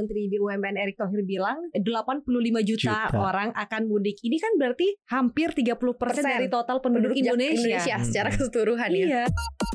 Menteri BUMN Erick Thohir bilang 85 juta orang akan mudik. Ini kan berarti hampir 30% dari total penduduk Indonesia secara keseluruhan ya. Iya.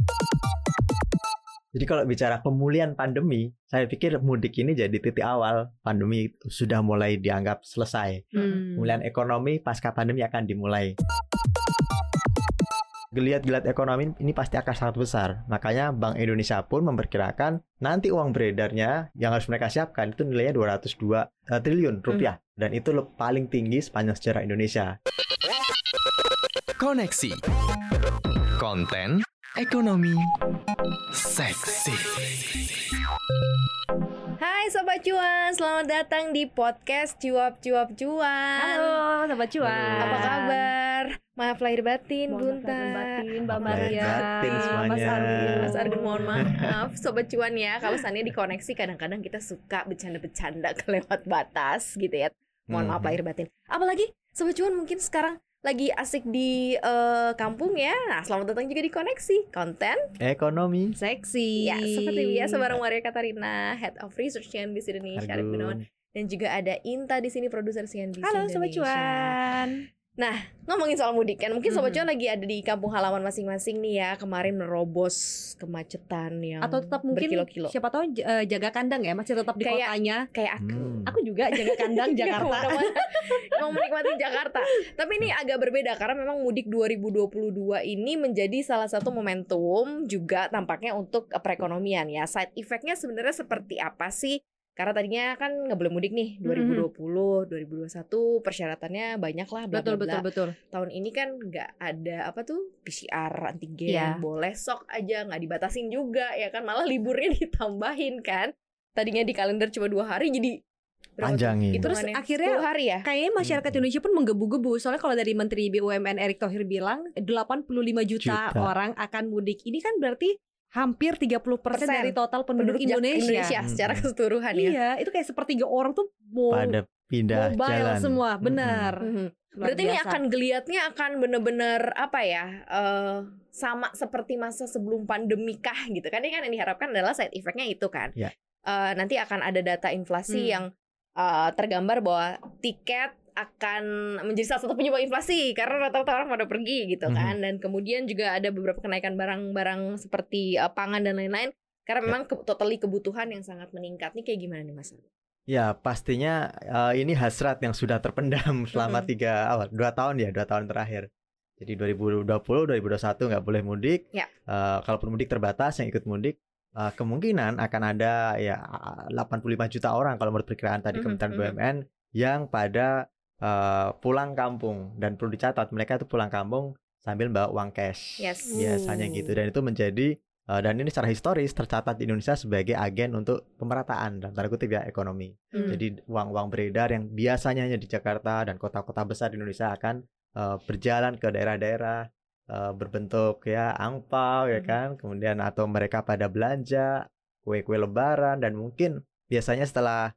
Jadi kalau bicara pemulihan pandemi, saya pikir mudik ini jadi titik awal pandemi sudah mulai dianggap selesai. Pemulihan ekonomi pasca pandemi akan dimulai. Geliat-geliat ekonomi ini pasti akan sangat besar. Makanya Bank Indonesia pun memperkirakan nanti uang beredarnya yang harus mereka siapkan itu nilainya 202 triliun rupiah. Dan itu paling tinggi sepanjang sejarah Indonesia. Koneksi konten ekonomi seksi. Hai Sobat Cuan, selamat datang di podcast Cuap-Cuap Cuan. Halo Sobat Cuan. Apa kabar? Maaf lahir batin, Bunta, Mbak Maria, Mas Argun, mohon maaf Sobat Cuan ya. Kalau seandainya di koneksi kadang-kadang kita suka bercanda-bercanda kelewat batas gitu ya. Mohon maaf lahir batin. Apalagi Sobat Cuan mungkin sekarang lagi asik di kampung ya. Nah, selamat datang juga di Koneksi Konten Ekonomi Seksi. Ya, seperti biasa bareng Maria Katarina, Head of Research CNBC Indonesia, Arif Gunawan, dan juga ada Inta di sini, produser CNBC Halo Indonesia. Sobat Cuan. Nah, ngomongin soal mudik kan, mungkin Sobat Cuan lagi ada di kampung halaman masing-masing nih ya. Kemarin menerobos kemacetan yang Atau tetap mungkin berkilo-kilo. siapa tahu jaga kandang ya, masih tetap di kotanya. Kayak aku. Aku juga jaga kandang Jakarta. Mau menikmati Jakarta. Tapi ini agak berbeda karena memang mudik 2022 ini menjadi salah satu momentum juga tampaknya untuk perekonomian ya. Side effect-nya sebenarnya seperti apa sih? Karena tadinya kan nggak boleh mudik nih 2020, 2021 persyaratannya banyak lah bla bla bla. Betul. Tahun ini kan nggak ada apa tuh PCR antigen, boleh sok aja, nggak dibatasin juga ya kan, malah liburnya ditambahin kan. Tadinya di kalender cuma 2 hari jadi panjangin. Terus akhirnya 10 hari ya. Kayaknya masyarakat Indonesia pun menggebu-gebu. Soalnya kalau dari Menteri BUMN Erick Thohir bilang 85 juta orang akan mudik. Ini kan berarti hampir 30% dari total penduduk Indonesia secara keseluruhan ya. Iya, itu kayak sepertiga orang tuh mau pada pindah mobile jalan semua, benar. Berarti ini akan geliatnya akan benar-benar apa ya? Sama seperti masa sebelum pandemi kah gitu kan? Ini kan yang diharapkan adalah side effect-nya itu kan. Ya. Nanti akan ada data inflasi yang tergambar bahwa tiket akan menjadi salah satu penyebab inflasi karena rata-rata orang pada pergi gitu kan. Dan kemudian juga ada beberapa kenaikan barang-barang seperti pangan dan lain-lain karena memang totally kebutuhan yang sangat meningkat. Nih kayak gimana nih Mas? Ya pastinya ini hasrat yang sudah terpendam selama 2 tahun terakhir. Jadi 2020, 2021 nggak boleh mudik. Kalaupun mudik terbatas, yang ikut mudik kemungkinan akan ada ya 85 juta orang kalau menurut perkiraan tadi Kementerian BUMN yang pada pulang kampung. Dan perlu dicatat mereka itu pulang kampung sambil bawa uang cash biasanya gitu. Dan itu menjadi dan ini secara historis tercatat di Indonesia sebagai agen untuk pemerataan dalam tanda kutip ya ekonomi. Jadi uang-uang beredar yang biasanya hanya di Jakarta dan kota-kota besar di Indonesia akan berjalan ke daerah-daerah berbentuk ya angpau ya kan, kemudian atau mereka pada belanja kue-kue lebaran, dan mungkin biasanya setelah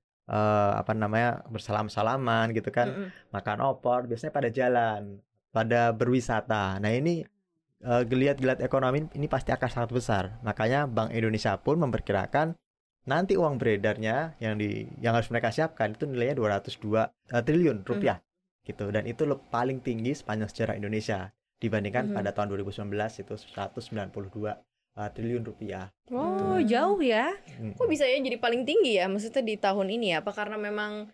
bersalam-salaman gitu kan, makan opor, biasanya pada jalan, pada berwisata. Nah ini geliat-geliat ekonomi ini pasti akan sangat besar. Makanya Bank Indonesia pun memperkirakan nanti uang beredarnya yang harus mereka siapkan itu nilainya 202 triliun rupiah gitu. Dan itu paling tinggi sepanjang sejarah Indonesia dibandingkan pada tahun 2019 itu 192 triliun rupiah. Oh, jauh ya. Kok bisa ya jadi paling tinggi ya? Maksudnya di tahun ini ya? Apa karena memang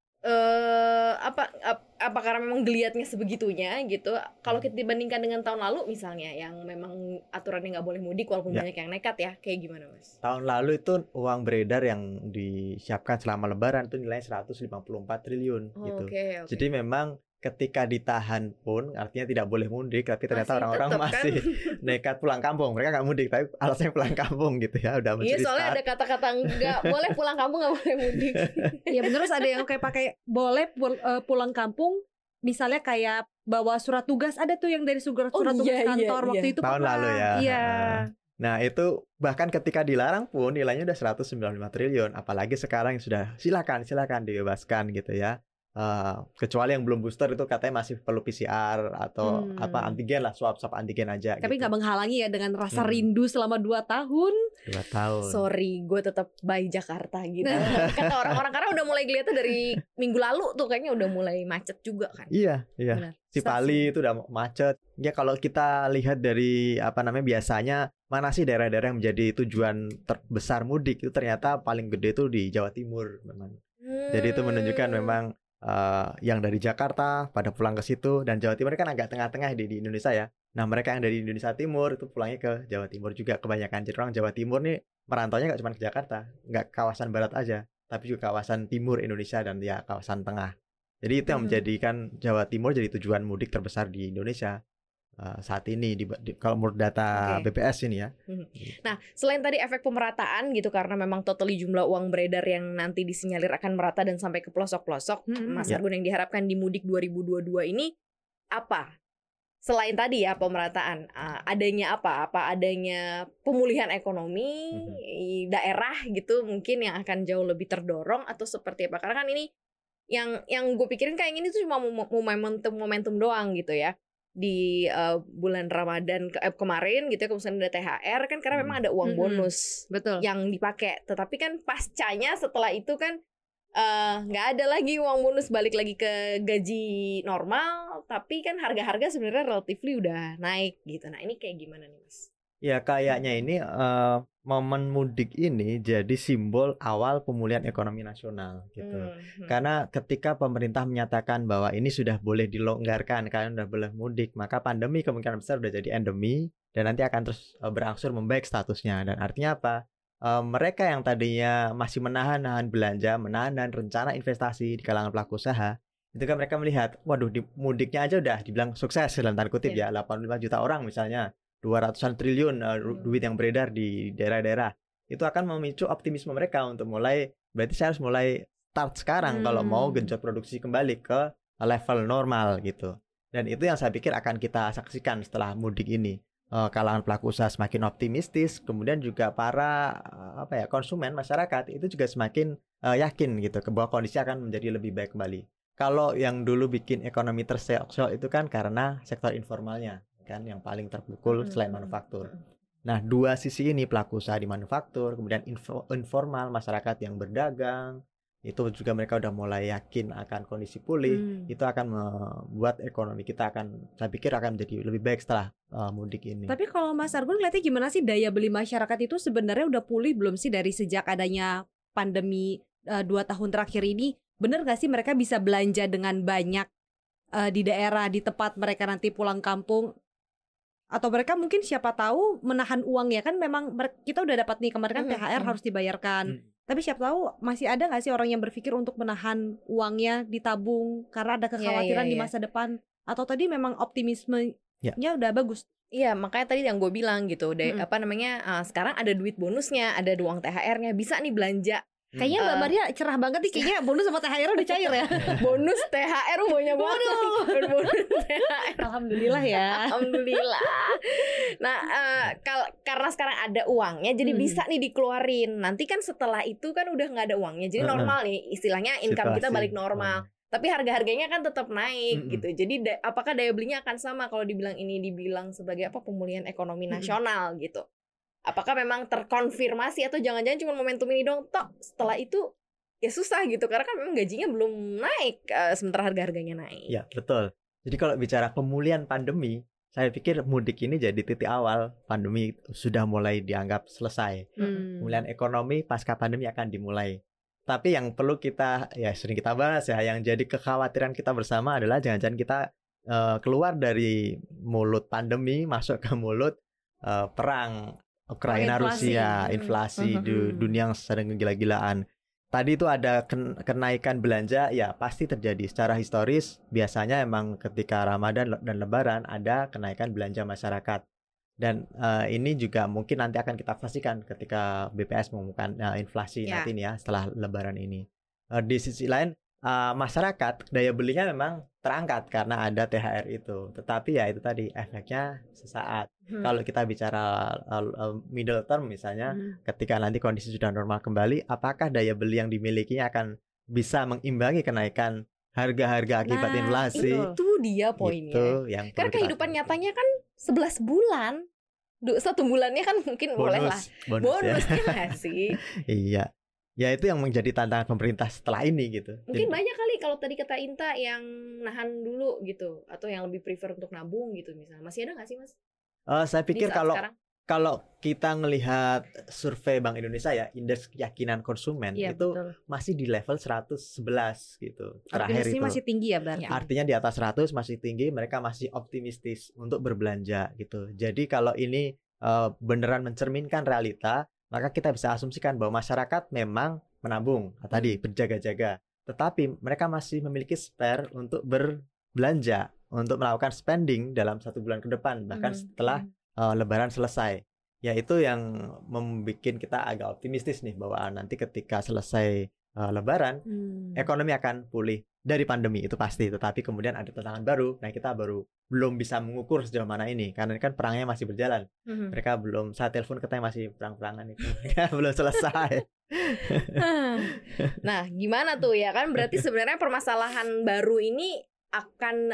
apa karena memang geliatnya sebegitunya gitu? Kalau kita dibandingkan dengan tahun lalu misalnya yang memang aturannya nggak boleh mudik walaupun banyak yang nekat ya, kayak gimana Mas? Tahun lalu itu uang beredar yang disiapkan selama Lebaran itu nilainya 154 triliun gitu. Jadi memang ketika ditahan pun artinya tidak boleh mudik, tapi ternyata orang-orang masih nekat pulang kampung. Mereka nggak mudik tapi alasannya pulang kampung gitu ya, udah mencuri start. Soalnya ada kata-kata nggak boleh pulang kampung, nggak boleh mudik. Ya bener, terus ada yang kayak pakai boleh pulang kampung, misalnya kayak bawa surat tugas, ada tuh yang dari surat tugas kantor waktu itu tahun lalu ya. Iya. Nah itu bahkan ketika dilarang pun nilainya udah 195 triliun. Apalagi sekarang yang sudah silakan dibebaskan gitu ya. Kecuali yang belum booster itu katanya masih perlu PCR atau antigen lah, swab antigen aja. Tapi nggak gitu. menghalangi ya dengan rasa rindu selama 2 tahun. 2 tahun. Sorry, gue tetap by Jakarta gitu. Kata orang-orang, karena udah mulai kelihatan dari minggu lalu tuh kayaknya udah mulai macet juga kan. Iya. Benar. Cipali itu udah macet. Ya kalau kita lihat dari biasanya mana sih daerah-daerah yang menjadi tujuan terbesar mudik, itu ternyata paling gede itu di Jawa Timur memang. Jadi itu menunjukkan memang yang dari Jakarta pada pulang ke situ, dan Jawa Timur kan agak tengah-tengah di Indonesia ya. Nah mereka yang dari Indonesia Timur itu pulangnya ke Jawa Timur juga kebanyakan. Jadi orang Jawa Timur nih merantaunya nggak cuma ke Jakarta, nggak kawasan barat aja, tapi juga kawasan timur Indonesia dan ya kawasan tengah. Jadi itu yang menjadikan Jawa Timur jadi tujuan mudik terbesar di Indonesia saat ini kalau menurut data BPS ini ya. Nah, selain tadi efek pemerataan gitu, karena memang totally jumlah uang beredar yang nanti disinyalir akan merata dan sampai ke pelosok-pelosok, Mas Argun, yang diharapkan di mudik 2022 ini apa? Selain tadi ya pemerataan, adanya apa? Apa adanya pemulihan ekonomi daerah gitu mungkin yang akan jauh lebih terdorong, atau seperti apa? Karena kan ini yang gue pikirin kayak ini tuh cuma momentum doang gitu ya. Di bulan Ramadan kemarin gitu ya, kemudian ada THR kan, karena memang ada uang bonus yang dipakai. Tetapi kan pascanya setelah itu kan nggak ada lagi uang bonus, balik lagi ke gaji normal. Tapi kan harga-harga sebenarnya relatively udah naik gitu. Nah ini kayak gimana nih Mas? Ya kayaknya ini momen mudik ini jadi simbol awal pemulihan ekonomi nasional gitu. Karena ketika pemerintah menyatakan bahwa ini sudah boleh dilonggarkan, kalian sudah boleh mudik, maka pandemi kemungkinan besar sudah jadi endemi dan nanti akan terus berangsur membaik statusnya. Dan artinya apa? Mereka yang tadinya masih menahan belanja, menahan rencana investasi di kalangan pelaku usaha, itu kan mereka melihat, waduh di mudiknya aja udah dibilang sukses dalam tanda kutip ya, 85 juta orang misalnya, 200-an triliun duit yang beredar di daerah-daerah. Itu akan memicu optimisme mereka untuk mulai, berarti saya harus mulai start sekarang kalau mau genjot produksi kembali ke level normal gitu. Dan itu yang saya pikir akan kita saksikan setelah mudik ini. Kalangan pelaku usaha semakin optimistis, kemudian juga para konsumen masyarakat itu juga semakin yakin gitu bahwa kondisi akan menjadi lebih baik kembali. Kalau yang dulu bikin ekonomi terseok-seok itu kan karena sektor informalnya kan yang paling terpukul selain manufaktur. Nah, dua sisi ini, pelaku usaha di manufaktur, kemudian informal masyarakat yang berdagang, itu juga mereka udah mulai yakin akan kondisi pulih. Itu akan membuat ekonomi kita saya pikir akan menjadi lebih baik setelah mudik ini. Tapi kalau Mas Argun ngeliatnya gimana sih, daya beli masyarakat itu sebenarnya udah pulih belum sih dari sejak adanya pandemi 2 tahun terakhir ini? Bener gak sih mereka bisa belanja dengan banyak di daerah, di tempat mereka nanti pulang kampung? Atau mereka mungkin siapa tahu menahan uang ya kan, memang kita udah dapat nih kemarin kan THR harus dibayarkan. Tapi siapa tahu masih ada nggak sih orang yang berpikir untuk menahan uangnya ditabung karena ada kekhawatiran di masa depan, atau tadi memang optimismenya udah bagus? Iya, makanya tadi yang gue bilang gitu, sekarang ada duit bonusnya, ada uang THR-nya, bisa nih belanja. Kayaknya Mbak Maria cerah banget nih, kayaknya bonus sama THR udah cair ya. Bonus THR banyak banget. Bonus THR. Alhamdulillah ya. Alhamdulillah. Nah, karena sekarang ada uangnya, jadi bisa nih dikeluarin. Nanti kan setelah itu kan udah nggak ada uangnya, jadi normal nih, istilahnya income kita balik normal. Tapi harga-harganya kan tetap naik gitu. Jadi apakah daya belinya akan sama kalau dibilang sebagai pemulihan ekonomi nasional gitu? Apakah memang terkonfirmasi atau jangan-jangan cuma momentum ini dong, toh setelah itu ya susah gitu, karena kan memang gajinya belum naik sementara harga-harganya naik. Ya betul. Jadi kalau bicara pemulihan pandemi, saya pikir mudik ini jadi titik awal pandemi sudah mulai dianggap selesai. Pemulihan ekonomi pasca pandemi akan dimulai. Tapi yang perlu kita sering kita bahas ya, yang jadi kekhawatiran kita bersama adalah jangan-jangan kita keluar dari mulut pandemi masuk ke mulut perang Ukraina Rusia, inflasi di dunia yang sedang gila-gilaan. Tadi itu ada kenaikan belanja, ya pasti terjadi secara historis. Biasanya emang ketika Ramadan dan Lebaran ada kenaikan belanja masyarakat. Dan ini juga mungkin nanti akan kita pastikan ketika BPS mengumumkan inflasi nanti nih ya setelah Lebaran ini. Di sisi lain masyarakat daya belinya memang terangkat karena ada THR itu. Tetapi ya itu tadi efeknya sesaat. Kalau kita bicara middle term misalnya, ketika nanti kondisi sudah normal kembali, apakah daya beli yang dimilikinya akan bisa mengimbangi kenaikan harga-harga akibat inflasi. Itu dia poinnya. Itu yang karena kehidupan nyatanya kan 11 bulan. 1 bulannya kan mungkin boleh lah. Bonusnya ya. sih. Iya. Ya itu yang menjadi tantangan pemerintah setelah ini gitu. Mungkin banyak kali kalau tadi kata Inta yang nahan dulu gitu, atau yang lebih prefer untuk nabung gitu misalnya. Masih ada nggak sih Mas? Saya pikir kalau kita ngelihat survei Bank Indonesia ya, indeks keyakinan konsumen itu masih di level 111 gitu. Terakhir itu masih tinggi ya berarti. Artinya di atas 100 masih tinggi, mereka masih optimistis untuk berbelanja gitu. Jadi kalau ini beneran mencerminkan realita, maka kita bisa asumsikan bahwa masyarakat memang menabung tadi berjaga-jaga, tetapi mereka masih memiliki spare untuk berbelanja, untuk melakukan spending dalam 1 bulan ke depan, bahkan setelah Lebaran selesai. Ya itu yang membuat kita agak optimistis nih bahwa nanti ketika selesai Lebaran, ekonomi akan pulih dari pandemi itu pasti. Tetapi kemudian ada tantangan baru. Nah kita belum bisa mengukur sejauh mana ini karena kan perangnya masih berjalan. Mereka belum, saya telepon katanya masih perang-perangan itu, belum selesai. Nah gimana tuh ya kan? Berarti sebenarnya permasalahan baru ini akan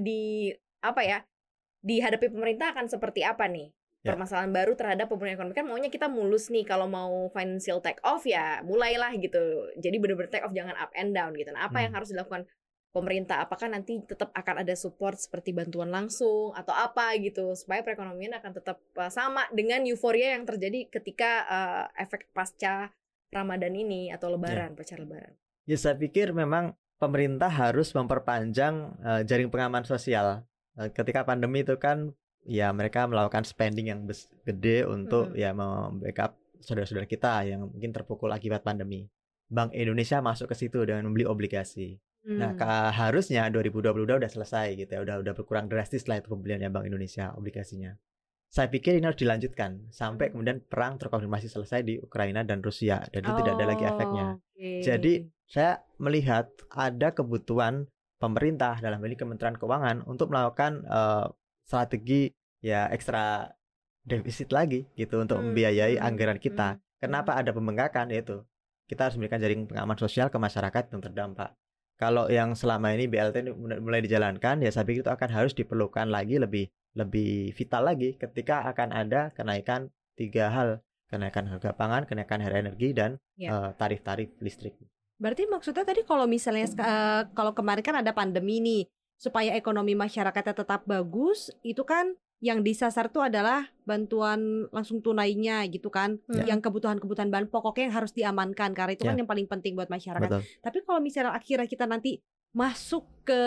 dihadapi pemerintah akan seperti apa nih? Permasalahan baru terhadap pemulihan ekonomi kan maunya kita mulus nih, kalau mau financial take off ya mulailah gitu. Jadi benar-benar take off, jangan up and down gitu. Nah, apa yang harus dilakukan pemerintah? Apakah nanti tetap akan ada support seperti bantuan langsung atau apa gitu supaya perekonomian akan tetap sama dengan euforia yang terjadi ketika efek pasca Ramadan ini atau Lebaran, pasca Lebaran? Ya saya pikir memang pemerintah harus memperpanjang jaring pengaman sosial. Ketika pandemi itu kan ya mereka melakukan spending yang gede untuk ya membackup saudara-saudara kita yang mungkin terpukul akibat pandemi. Bank Indonesia masuk ke situ dengan membeli obligasi. Nah, harusnya 2022 udah selesai gitu ya, udah berkurang drastis lah itu pembeliannya Bank Indonesia obligasinya. Saya pikir ini harus dilanjutkan sampai kemudian perang terkonfirmasi selesai di Ukraina dan Rusia dan itu tidak ada lagi efeknya. Jadi saya melihat ada kebutuhan pemerintah dalam hal ini Kementerian Keuangan untuk melakukan strategi ya ekstra defisit lagi gitu untuk membiayai anggaran kita. Kenapa ada pembengkakan? Yaitu kita harus memberikan jaring pengaman sosial ke masyarakat yang terdampak. Kalau yang selama ini BLT ini mulai dijalankan, ya saya pikir itu akan harus diperlukan lagi lebih vital lagi ketika akan ada kenaikan 3 hal, kenaikan harga pangan, kenaikan harga energi dan tarif-tarif listrik. Berarti maksudnya tadi kalau misalnya kalau kemarin kan ada pandemi nih, supaya ekonomi masyarakatnya tetap bagus, itu kan yang disasar tuh adalah bantuan langsung tunainya gitu kan, yang kebutuhan-kebutuhan bahan pokoknya yang harus diamankan karena itu kan yang paling penting buat masyarakat. Betul. Tapi kalau misalnya akhirnya kita nanti masuk ke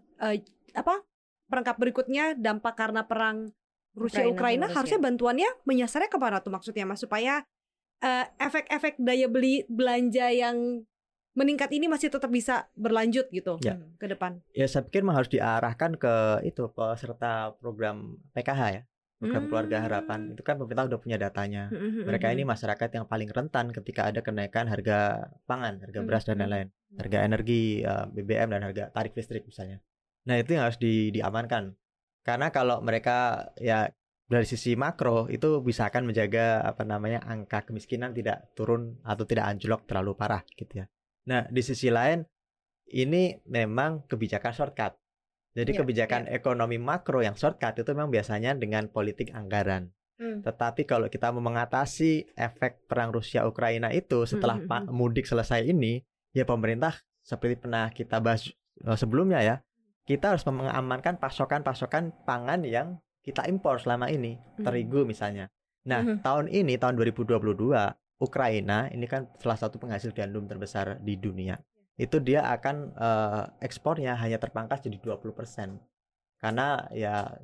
perangkap berikutnya, dampak karena perang Rusia-Ukraina, harusnya bantuannya menyasarnya kemana tuh maksudnya Mas, supaya efek-efek daya beli belanja yang meningkat ini masih tetap bisa berlanjut gitu ke depan. Ya saya pikir harus diarahkan ke itu peserta program PKH ya, program Keluarga Harapan. Itu kan pemerintah udah punya datanya. Mereka ini masyarakat yang paling rentan ketika ada kenaikan harga pangan, harga beras dan lain-lain, harga energi, BBM dan harga tarif listrik misalnya. Nah itu yang harus diamankan. Karena kalau mereka ya dari sisi makro itu bisa akan menjaga angka kemiskinan tidak turun atau tidak anjlok terlalu parah gitu ya. Nah, di sisi lain ini memang kebijakan shortcut. Jadi kebijakan ekonomi makro yang shortcut itu memang biasanya dengan politik anggaran. Tetapi kalau kita mau mengatasi efek perang Rusia-Ukraina itu setelah mudik selesai ini, ya pemerintah seperti pernah kita bahas sebelumnya ya, kita harus mengamankan pasokan-pasokan pangan yang kita impor selama ini, terigu misalnya. Nah, tahun 2022 Ukraina ini kan salah satu penghasil gandum terbesar di dunia. Itu dia akan ekspornya hanya terpangkas jadi 20%. Karena ya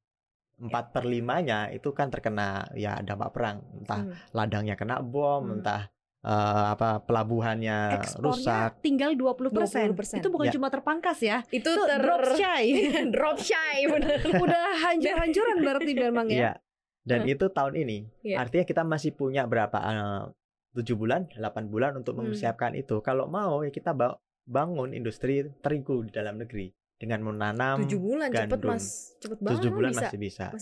4/5-nya itu kan terkena ya dampak perang. Entah ladangnya kena bom, entah pelabuhannya ekspornya rusak. Tinggal 20%. Itu bukan cuma terpangkas ya. Itu drop shy. Drop shy benar. Udah hancur-hancuran berarti memang ya. Dan itu tahun ini. Artinya kita masih punya berapa 7 bulan, 8 bulan untuk mempersiapkan itu. Kalau mau ya kita bangun industri terigu di dalam negeri dengan menanam 7 bulan gandum. Cepet banget. 7 bulan masih bisa.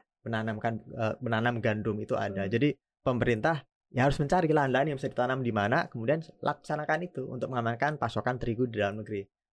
Menanam gandum itu ada. Jadi pemerintah ya harus mencari lahan-lahan yang bisa ditanam di mana, kemudian laksanakan itu untuk mengamankan pasokan terigu di dalam negeri.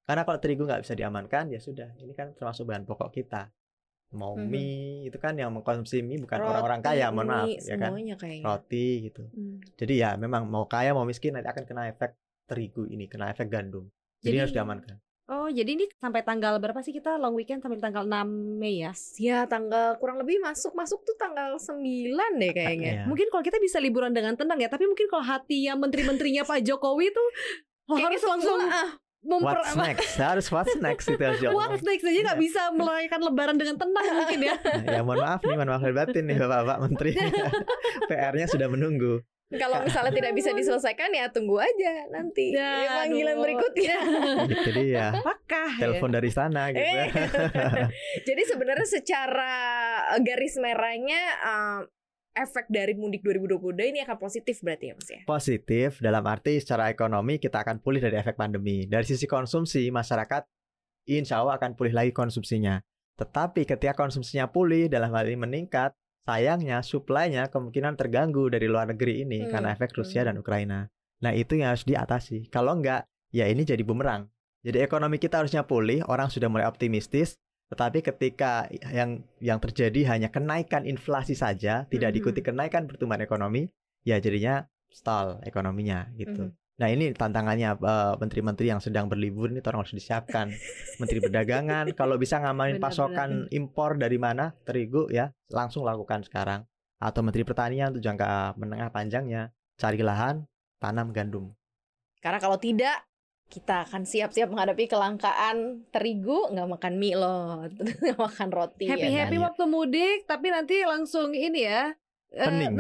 Karena kalau terigu nggak bisa diamankan, ya sudah. Ini kan termasuk bahan pokok kita. Mau mie itu kan yang mengkonsumsi mie bukan Roti, orang-orang kaya, mohon maaf, mie, ya kan. semuanya kayaknya. Roti gitu. Jadi ya memang mau kaya mau miskin nanti akan kena efek terigu ini, kena efek gandum. Jadi harus diamankan. Oh, jadi ini sampai tanggal berapa sih kita long weekend sampai tanggal 6 Mei ya? Ya tanggal kurang lebih masuk tuh tanggal 9 deh kayaknya. Iya. Mungkin kalau kita bisa liburan dengan tenang ya, tapi mungkin kalau hatinya menteri-menterinya Pak Jokowi tuh harus langsung What's next? Harus what's next itu harus diomong. What's next aja nggak bisa merayakan Lebaran dengan tenang mungkin ya. Ya mohon maaf lahir batin nih Bapak Menteri. PR-nya sudah menunggu. Kalau misalnya tidak bisa diselesaikan ya tunggu aja nanti panggilan berikutnya. Jadi ya apakah telepon dari sana gitu. Jadi sebenarnya secara garis merahnya efek dari mudik 2022 ini akan positif berarti ya Mas ya? Positif dalam arti secara ekonomi kita akan pulih dari efek pandemi. Dari sisi konsumsi masyarakat insya Allah akan pulih lagi konsumsinya. Tetapi ketika konsumsinya pulih dalam hal ini meningkat, sayangnya supply-nya kemungkinan terganggu dari luar negeri ini karena efek Rusia dan Ukraina. Nah itu yang harus diatasi. Kalau enggak, ya ini jadi bumerang. Jadi ekonomi kita harusnya pulih, orang sudah mulai optimistis. Tetapi ketika yang terjadi hanya kenaikan inflasi saja, tidak diikuti kenaikan pertumbuhan ekonomi, ya jadinya stall ekonominya gitu. Nah ini tantangannya menteri-menteri yang sedang berlibur ini tolong harus disiapkan. Menteri Perdagangan kalau bisa ngamanin pasokan impor dari mana terigu ya langsung lakukan sekarang. Atau Menteri Pertanian untuk jangka menengah panjangnya cari lahan tanam gandum. Karena kalau tidak kita akan siap-siap menghadapi kelangkaan terigu, nggak makan mie loh, nggak makan roti. Happy waktu mudik tapi nanti langsung ini ya. Pening.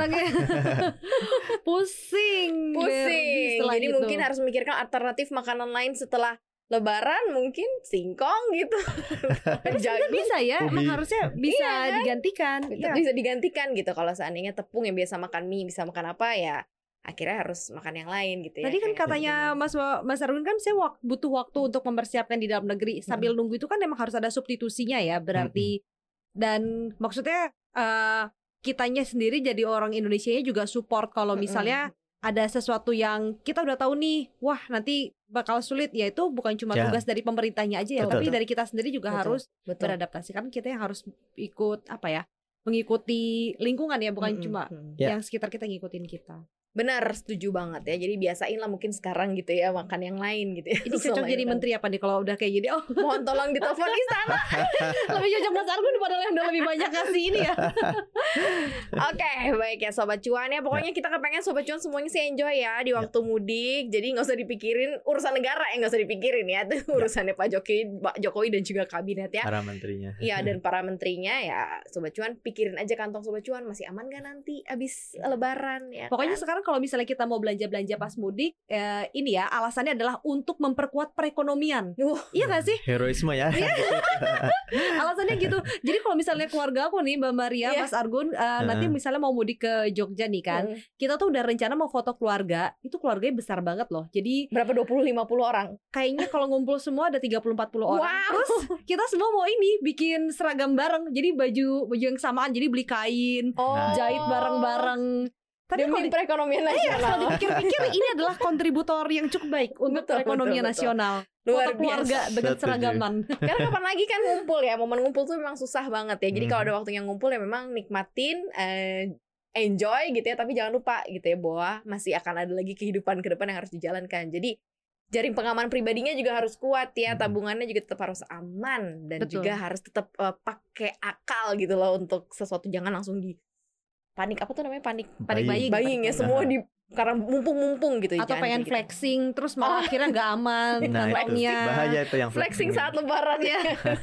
Pusing. Jadi gitu. Mungkin harus memikirkan alternatif makanan lain setelah Lebaran, mungkin singkong gitu. Bisa ya, emang harusnya bisa digantikan. Bisa digantikan gitu. Kalau seandainya tepung yang biasa makan mie bisa makan apa ya, akhirnya harus makan yang lain gitu ya. Tadi kan katanya Mas Argun kan saya butuh waktu untuk mempersiapkan di dalam negeri. Sambil nunggu itu kan emang harus ada substitusinya ya, berarti. Dan maksudnya kitanya sendiri jadi orang Indonesianya juga support kalau misalnya ada sesuatu yang kita udah tahu nih, wah nanti bakal sulit, ya itu bukan cuma tugas dari pemerintahnya aja ya, tapi dari kita sendiri juga harus beradaptasi. Kan kita yang harus ikut mengikuti lingkungan ya, bukan cuma yang sekitar kita ngikutin kita. Benar, setuju banget ya. Jadi biasain lah mungkin sekarang gitu ya makan yang lain gitu ya. Ini cocok jadi menteri apa nih kalau udah kayak gini? Oh, mohon tolong ditelepon istana. Lebih cocok Mas Argun padahal yang udah lebih banyak kasih ini ya. Oke, baik ya Sobat Cuan ya. Pokoknya kita kepengen Sobat Cuan semuanya sih enjoy ya di waktu mudik. Jadi nggak usah dipikirin urusan negara yang nggak usah dipikirin ya. Itu urusannya Pak Jokowi dan juga kabinet ya. Para menterinya. Iya, dan para menterinya ya. Sobat Cuan pikirin aja kantong Sobat Cuan masih aman gak nanti abis Lebaran ya. Pokoknya sekarang kalau misalnya kita mau belanja pas mudik, ini ya alasannya adalah untuk memperkuat perekonomian. Iya gak sih? Heroisme ya. Alasannya gitu. Jadi kalau misalnya keluarga aku nih Mbak Maria, Mas Argun, nanti misalnya mau mudik ke Jogja nih kan, kita tuh udah rencana mau foto keluarga. Itu keluarganya besar banget loh. Jadi berapa 20-50 orang? Kayaknya kalau ngumpul semua ada 30-40 orang. Terus kita semua mau ini bikin seragam bareng. Jadi baju yang samaan. Jadi beli kain, jahit bareng-bareng. Tapi demi perekonomian nasional. Kalau dipikir-pikir ini adalah kontributor yang cukup baik untuk perekonomian nasional. Luar foto keluarga dengan seragaman. Karena kapan lagi kan ngumpul ya, momen ngumpul tuh memang susah banget ya. Jadi kalau ada waktunya ngumpul ya memang nikmatin, enjoy gitu ya. Tapi jangan lupa gitu ya bahwa masih akan ada lagi kehidupan ke depan yang harus dijalankan. Jadi jaring pengaman pribadinya juga harus kuat ya, tabungannya juga tetap harus aman dan juga harus tetap pakai akal gitu loh untuk sesuatu, jangan langsung panik apa tuh namanya panik buying ya semua di karena mumpung gitu. Atau pengen gitu. Flexing terus malah akhirnya nggak aman. Nah itu bahaya itu yang flexing saat Lebaran ya.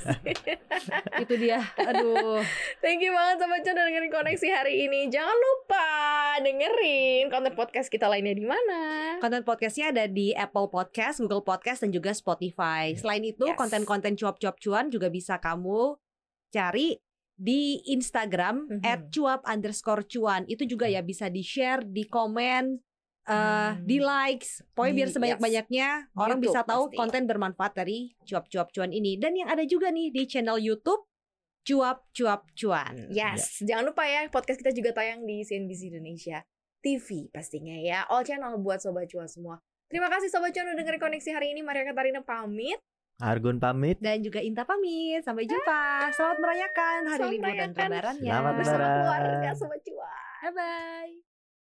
Itu dia. Aduh. Thank you banget Sobat Cuan udah dengerin koneksi hari ini. Jangan lupa dengerin konten podcast kita lainnya di mana. Konten podcastnya ada di Apple Podcast, Google Podcast dan juga Spotify. Selain itu konten-konten cuap-cuap cuan juga bisa kamu cari di Instagram @cuap_cuan. Itu juga ya bisa di-share, di-komen, di-likes. Pokoknya biar sebanyak-banyaknya orang bisa tahu konten bermanfaat dari cuap-cuap cuan ini. Dan yang ada juga nih di channel YouTube Cuap-cuap cuan. Yes, jangan lupa ya podcast kita juga tayang di CNBC Indonesia TV pastinya ya. All channel buat Sobat Cuan semua. Terima kasih Sobat Cuan udah dengerin koneksi hari ini. Maria Katarina pamit. Argun pamit. Dan juga Inta pamit. Sampai jumpa. Selamat merayakan hari libur dan lebaran ya. Selamat bersama lebaran. keluarga Sobat Cuan. Bye bye.